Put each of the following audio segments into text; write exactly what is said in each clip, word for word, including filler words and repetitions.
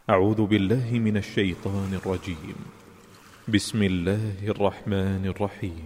أعوذ بالله من الشيطان الرجيم. بسم الله الرحمن الرحيم.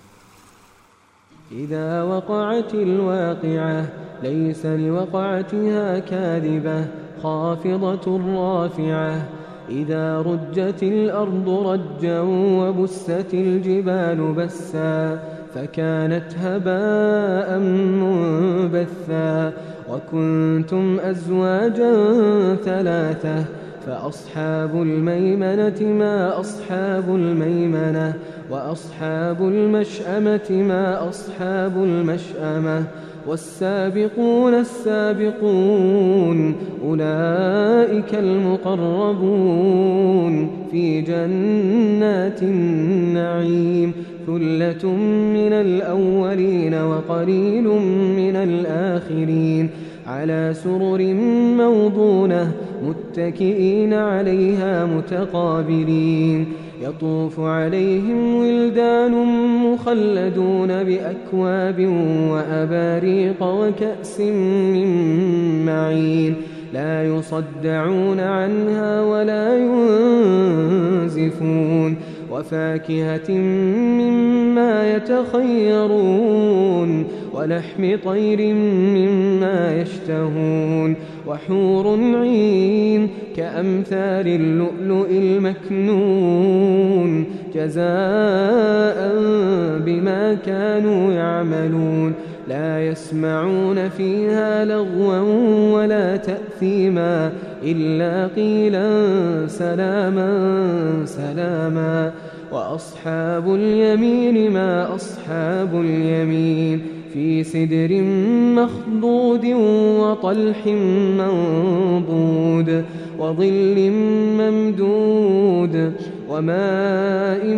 إذا وقعت الواقعة ليس لوقعتها كاذبة خافضة رافعة. إذا رجت الأرض رجا وبست الجبال بسا فكانت هباء منبثا. وكنتم أزواجا ثلاثة فأصحاب الميمنة ما أصحاب الميمنة وأصحاب المشأمة ما أصحاب المشأمة. والسابقون السابقون أولئك المقربون في جنات النعيم. ثلة من الأولين وقليل من الآخرين. على سرر موضونة متكئين عليها متقابلين. يطوف عليهم ولدان مخلدون بأكواب وأباريق وكأس من معين. لا يصدعون عنها ولا ينزفون. وفاكهة مما يتخيرون ولحم طير مما يشتهون. وحور عين كأمثال اللؤلؤ المكنون جزاء بما كانوا يعملون. لا يسمعون فيها لغوا ولا تأثيما إلا قيلا سلاما سلاما. وأصحاب اليمين ما أصحاب اليمين. في سدر مخضود وطلح منضود وظل ممدود وماء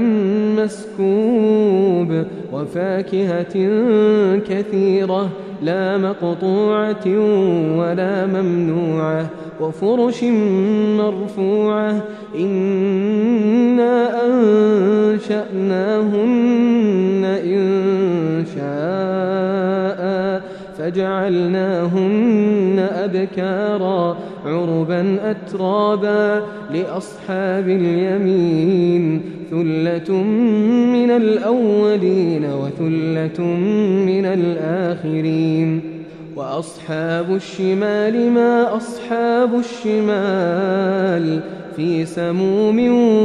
مسكوب. وفاكهة كثيرة لا مقطوعة ولا ممنوعة. وفرش مرفوعة. إنا أنشأناهن إنشاء فجعلناهن أبكارا عربا أترابا. لأصحاب اليمين ثلة من الأولين وثلة من الآخرين. وأصحاب الشمال ما أصحاب الشمال. في سموم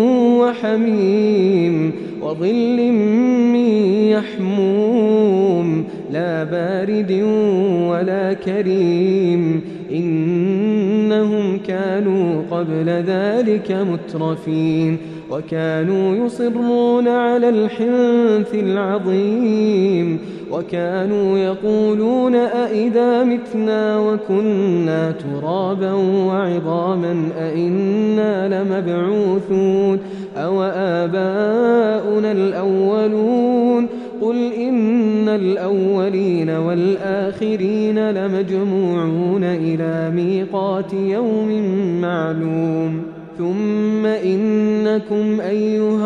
وحميم وظل من يحموم لا بارد ولا كريم. إنهم كانوا قبل ذلك مترفين وكانوا يصرون على الحنث العظيم. وكانوا يقولون أئذا متنا وكنا ترابا وعظاما أئنا لمبعوثون أو آباؤنا الأولون. قل إن الأولين والآخرين لمجموعون إلى ميقات يوم معلوم. ثم إنكم أيها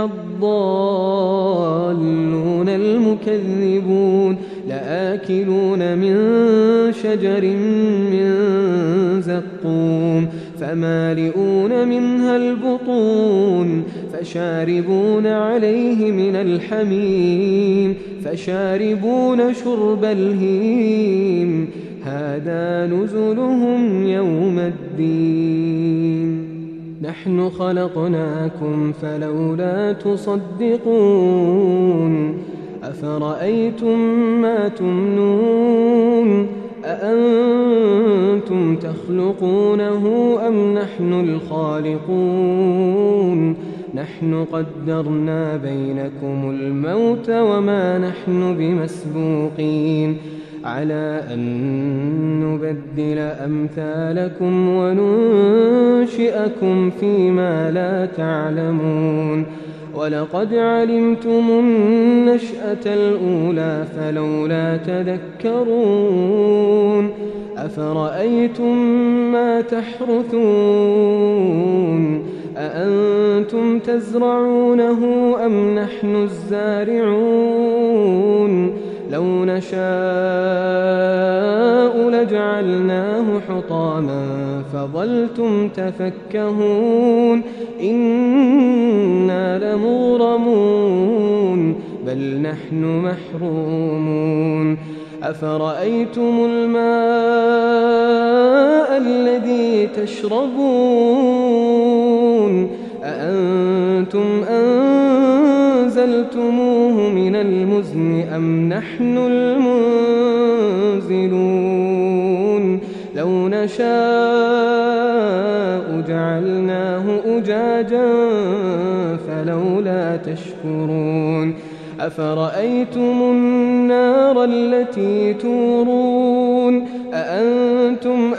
الضالون المكذبون لآكلون من شجر من زقوم فمالئون منها البطون فشاربون عليه من الحميم فشاربون شرب الهيم. هذا نزلهم يوم الدين. نحن خلقناكم فلولا تصدقون. أفرأيتم ما تمنون أأنتم تخلقونه أم نحن الخالقون. نحن قدرنا بينكم الموت وما نحن بمسبوقين على أن نبدل أمثالكم وننشئكم فيما لا تعلمون. ولقد علمتم النشأة الأولى فلولا تذكرون. أفرأيتم ما تحرثون أأنتم تزرعونه أم نحن الزارعون. لو نشاء لجعلناه حطاما فظلتم تفكهون إنا لمغرمون بل نحن محرومون أفرأيتم الماء الذي تشربون أأنتم أنزلتموه من المزن أم نحن المنزلون لو نشاء جعلناه أجاجا فلولا تشكرون أفرأيتم النار التي تورون أأنتم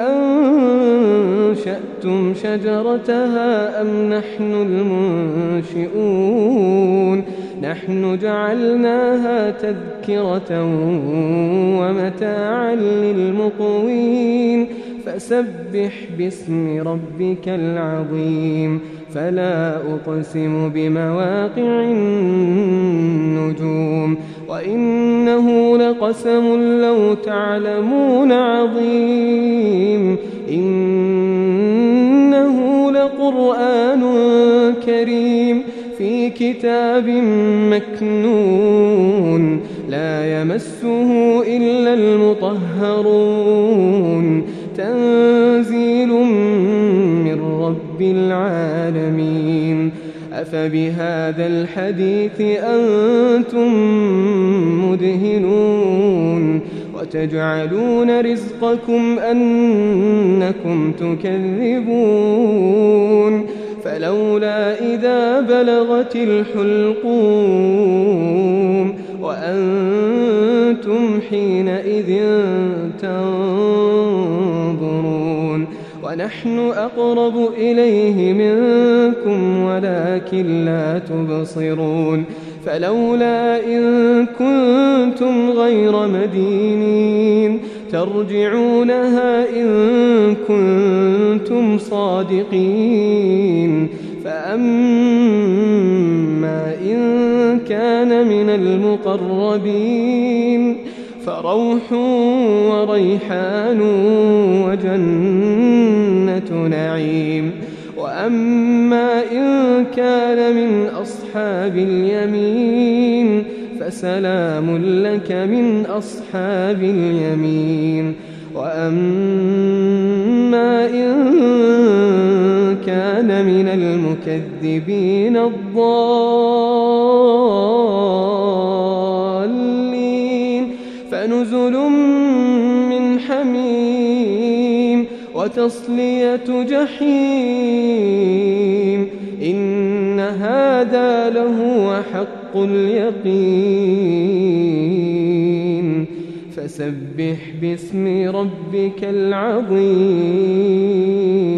أنشأتم شجرتها أم نحن المنشئون نحن جعلناها تذكرة ومتاعا للمقوين فسبح باسم ربك العظيم فلا أقسم بمواقع النجوم وإنه لقسم لو تعلمون عظيم إنه لقرآن كريم في كتاب مكنون لا يمسه إلا المطهرون تنزيل من رب العالمين أفبهذا الحديث أنتم مدهنون وتجعلون رزقكم أنكم تكذبون فلولا إذا بلغت الحلقوم وأنتم حينئذ تنظرون ونحن أقرب إليه منكم ولكن لا تبصرون فلولا إن كنتم غير مدينين ترجعونها إن كنتم صادقين فأما إن كان من المقربين فروح وريحان وجنة نعيم وأما إن كان من أصحاب اليمين فسلام لك من أصحاب اليمين وأما إن كان من المكذبين الضالين فنزل من حميم وتصلية جحيم إن هذا لهو حق اليقين فسبح باسم ربك العظيم